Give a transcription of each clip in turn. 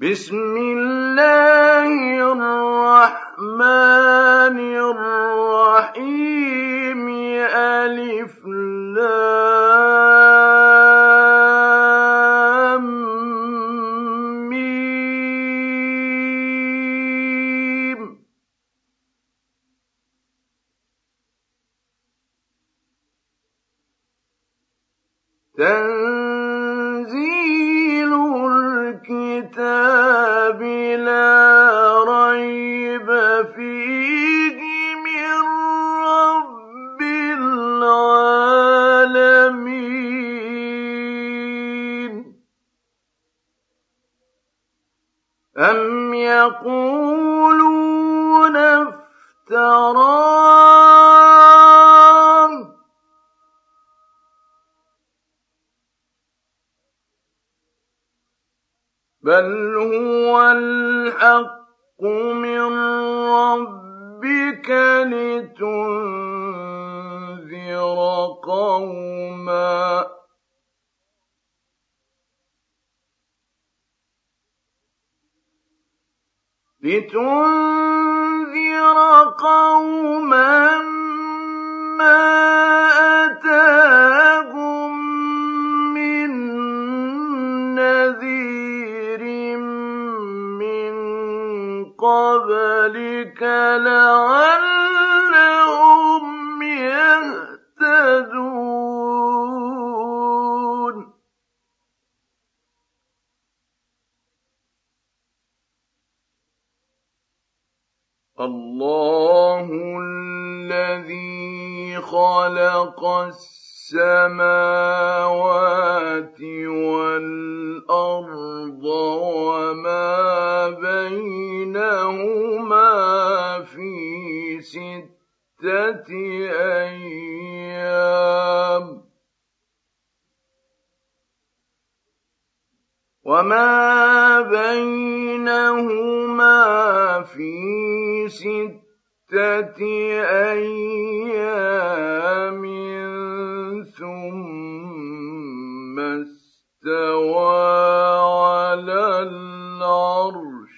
بسم الله الرحمن الرحيم ألف لام ميم تنزيل الكتاب لا ريب فيه من رب العالمين أم يقولون افتراه بل هو الحق من ربك لتنذر قوما ما أتاهم من نذير من قبلك لعلهم يهتدون الله الذي خلق السماوات والأرض وما بينهما في 6 أيام ثم استوى على العرش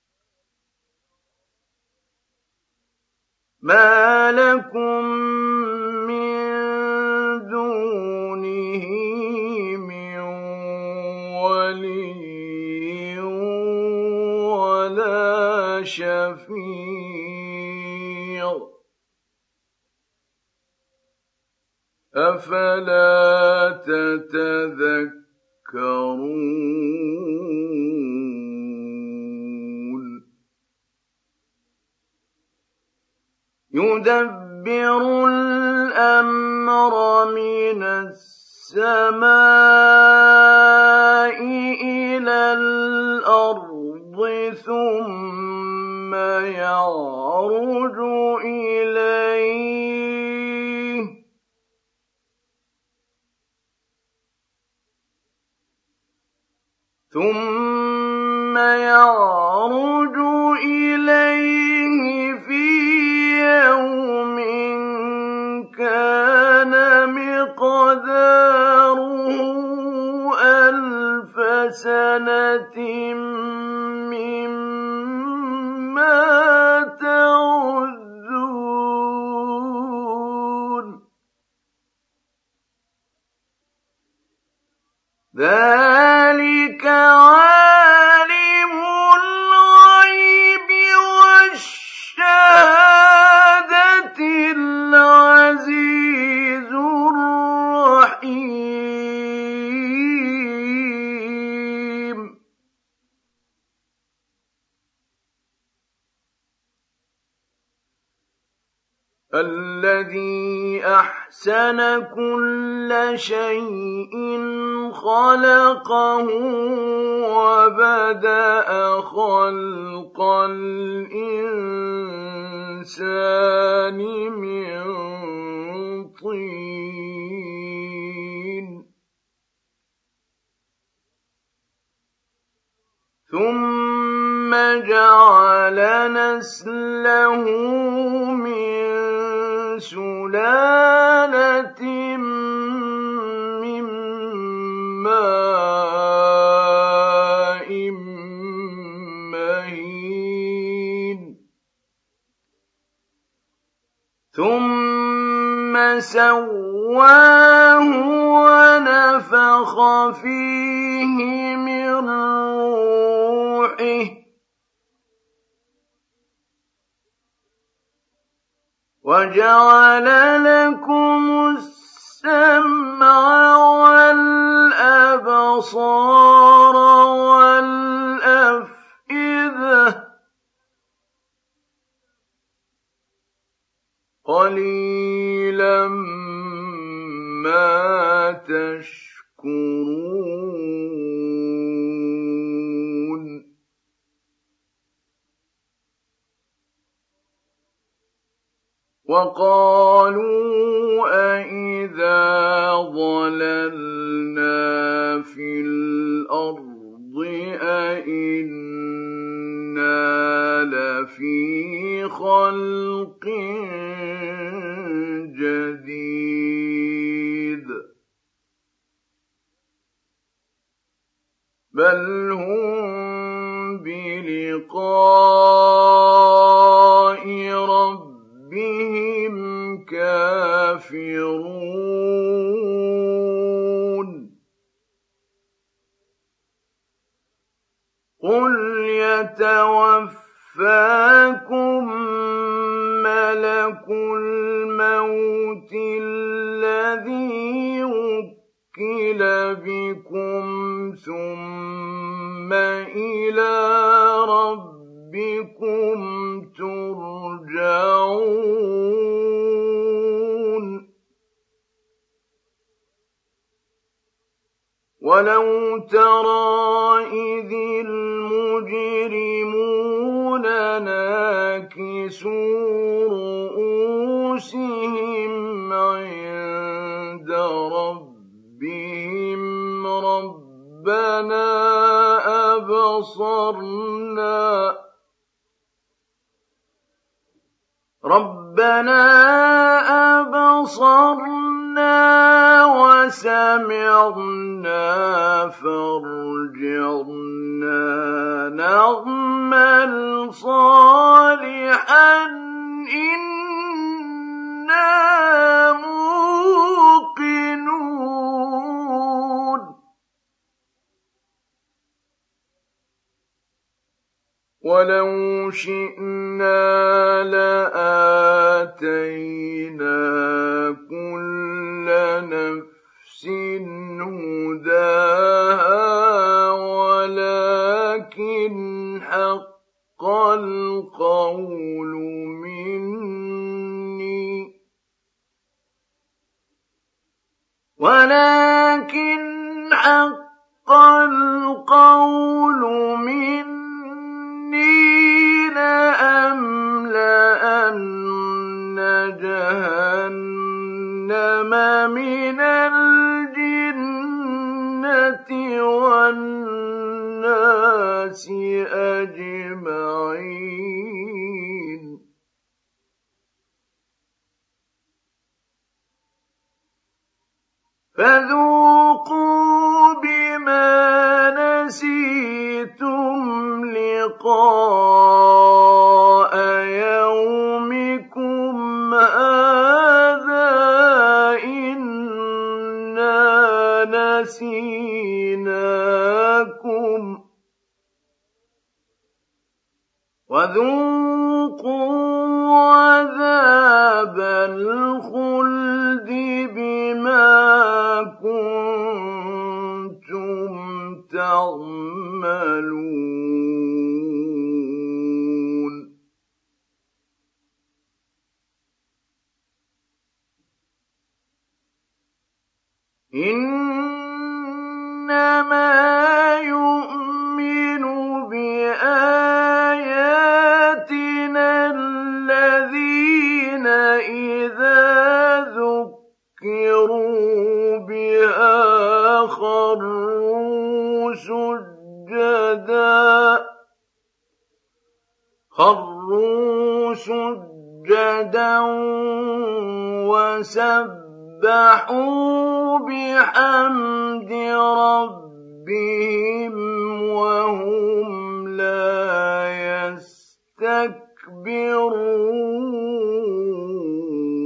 ما لكم من دونه من ولي ولا شفيع أفلا تتذكرون يدبر الأمر من السماء إلى الأرض ثم يعرج إليه في يوم كان مقداره 1000 سنة مما تعدون ذلك عالم الغيب والشهادة العزيز الرحيم الذي أحسن كل شيء خلقه وبدأ خلق الإنسان من طين ثم جعل نسله من سلالة من ماء ثم سواه ونفخ فيه من روحه وجعل لكم السمع والأبصار والأفئدة قليلا ما تشكرون وقالوا أإذا ضللنا في الأرض أإنا لفي خلق جديد بل هم بلقاء ربهم كافرون قل يتوفاكم ملك الموت الذي وكل بكم ثم إلى ربكم ترجعون ولو ترى إذ المجرمون ناكسوا رؤوسهم عند ربهم ربنا أبصرنا وسمعنا فارجعنا نعمل صالحا إنا موقنون ولو شئنا لآتينا كل نفس هداها ولكن حق القول مني لأملأن جهنم من الجنة والناس أجمعين فذوقوا بما نسيتم لقاء يومكم هذا إنا نسيناكم وذوقوا عذاب الخلد بما كنتم تعملون إنما يؤمن بآياتنا الذين إذا ذكروا بها خروا سجدا وسبحوا بحمد ربهم وهم لا يستكبرون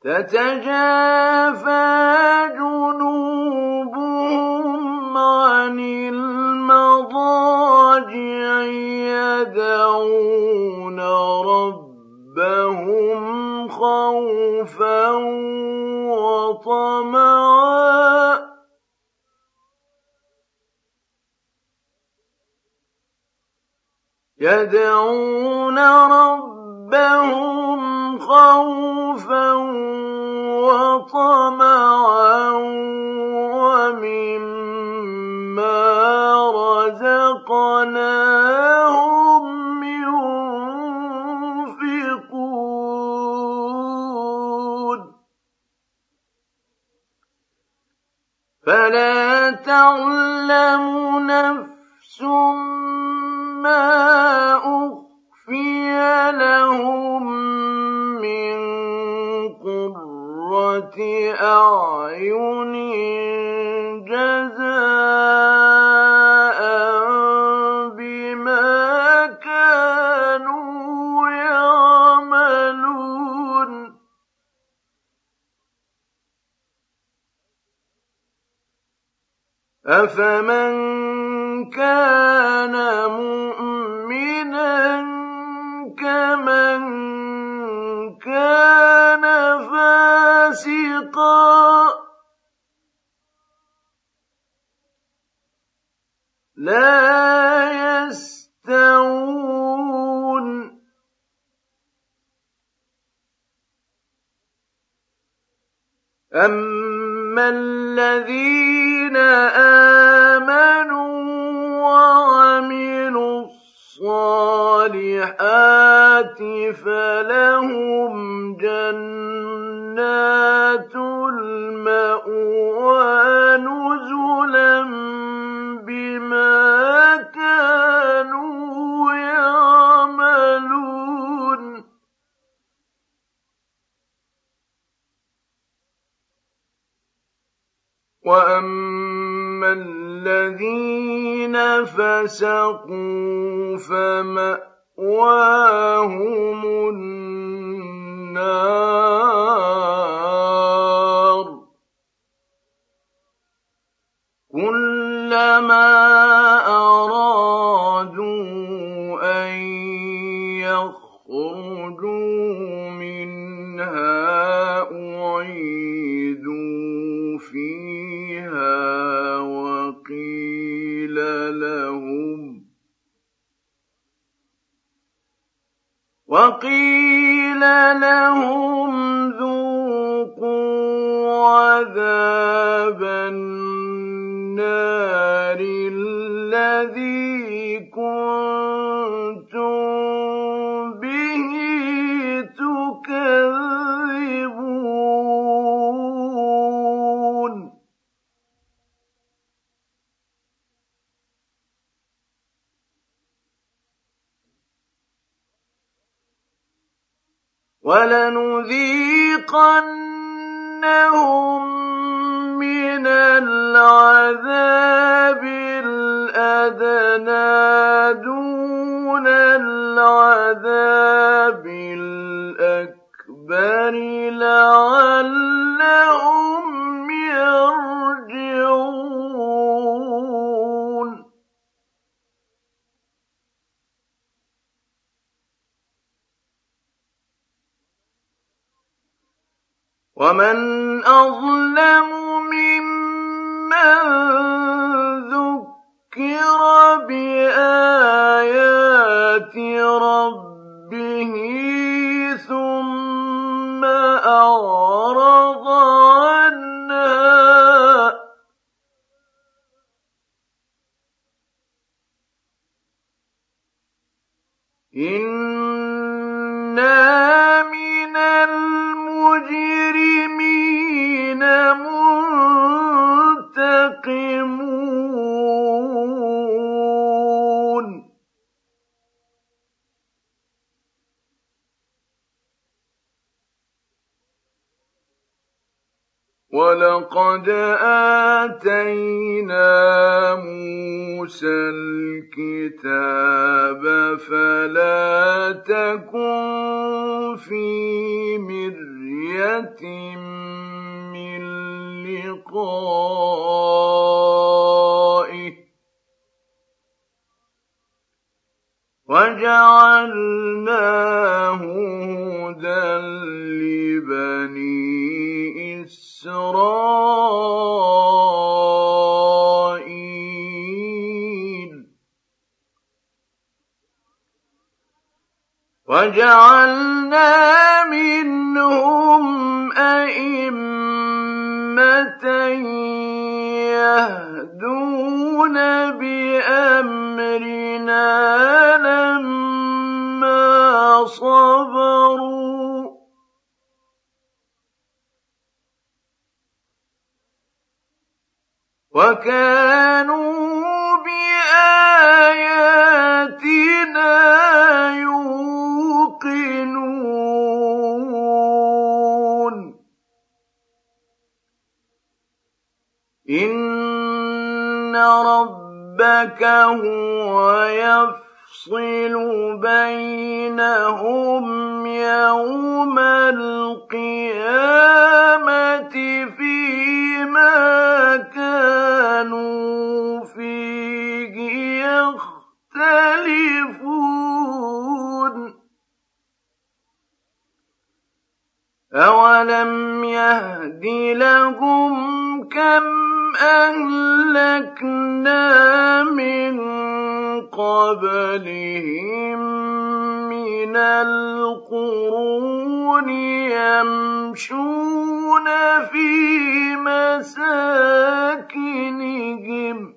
تتجافى جنوبهم عن المضاجع يدعون ربهم خوفا وطمعا يدعون ربهم خوفا وطمعا ومما رزقناهم ينفقون فلا تعلم نفس ما أخفي لهم من قرة أعين جزاء بما كانوا يعملون أفمن كان مؤمنا كمن كان فاسقا لا يستوون أما الذين آمنوا وعملوا الصالحات فلهم جنات المأوى نزلا بما كانوا يعملون وأما الذين فسقوا فمأواهم النار كلما أرادوا أن يخرجوا منها أعيدوا فيها وقيل لهم ذوقوا عذاب النار الذي كنتم به تكذبون ولنذيقنهم من العذاب الأدنى دون العذاب الأكبر لعلهم يرجعون ومن أظلم ممن ذكر بآيات ربه ثم أعرض عنها إنا من المجرمين منتقمون وَلَقَدْ آتَيْنَا مُوسَى الْكِتَابَ فَلَا تَكُن فِي مِرْيَةٍ مِّن لِّقَائِهِ وَجَعَلْنَاهُ هُدًى لِّبَنِي إِسْرَائِيلَ وَجَعَلْنَا مِنْهُمْ أَئِمَّةً يَهْدُونَ بِأَمْرِنَا لَمَّا صَبَرُوا وَكَانُوا بِآيَاتِنَا يُوقِنُونَ إِنَّ رَبَّكَ هُوَ يَفْصِلُ بَيْنَهُمْ يَوْمَ الْقِيَامَةِ فِيمَا كَانُوا فِيهِ يَخْتَلِفُونَ أَوَلَمْ يَهْدِ لَهُمْ كَمْ أَهْلَكْنَا مِن قَبْلِهِم مِّنَ الْقُرُونِ يَمْشُونَ فِي مَسَاكِنِهِمْ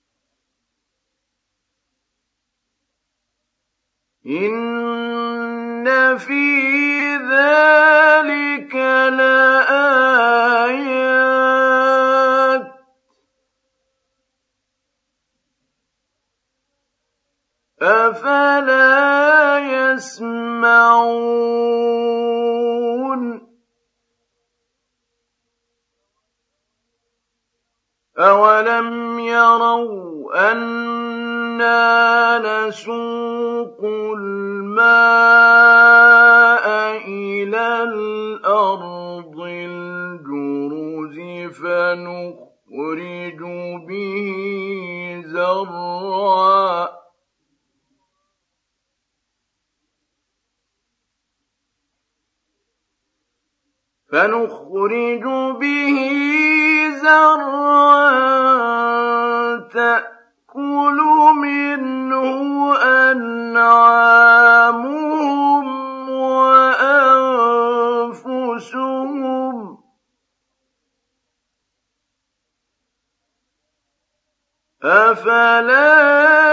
إِنَّ فِي ذَلِكَ لَآيَاتٍ أَفَلَا يَسْمَعُونَ أَوَلَمْ يَرَوْا أَنَّا نَسُوقُ الْمَاءَ إِلَى الْأَرْضِ الْجُرُزِ فَنُخْرِجُ بِهِ زَرْعًا تَأْكُلُ مِنْهُ أَنْعَامُهُمْ وَأَنفُسُهُمْ ۖ أَفَلَا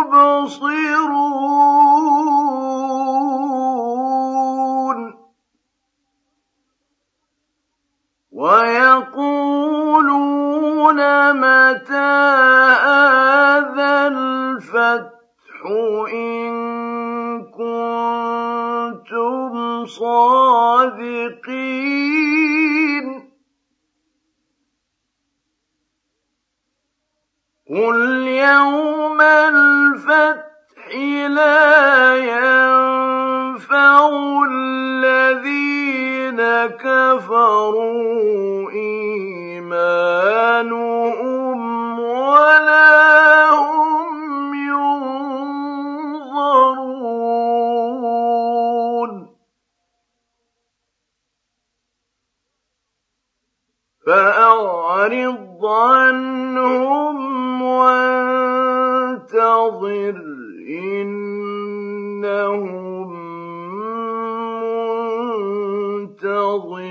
يُبْصِرُونَ وَيَقُولُونَ مَتَىٰ هَٰذَا الْفَتْحُ إِن كُنتُمْ صَادِقِينَ قُلْ يَوْمَ الْفَتْحِ لَا يَنفَعُ الَّذِينَ كَفَرُوا إِيمَانُهُمْ وَلَا هُمْ يُنظَرُونَ فَأَعْرِضْ عَنْهُمْ وَانتَظِرْ إِنَّهُم مُّنتَظِرُونَ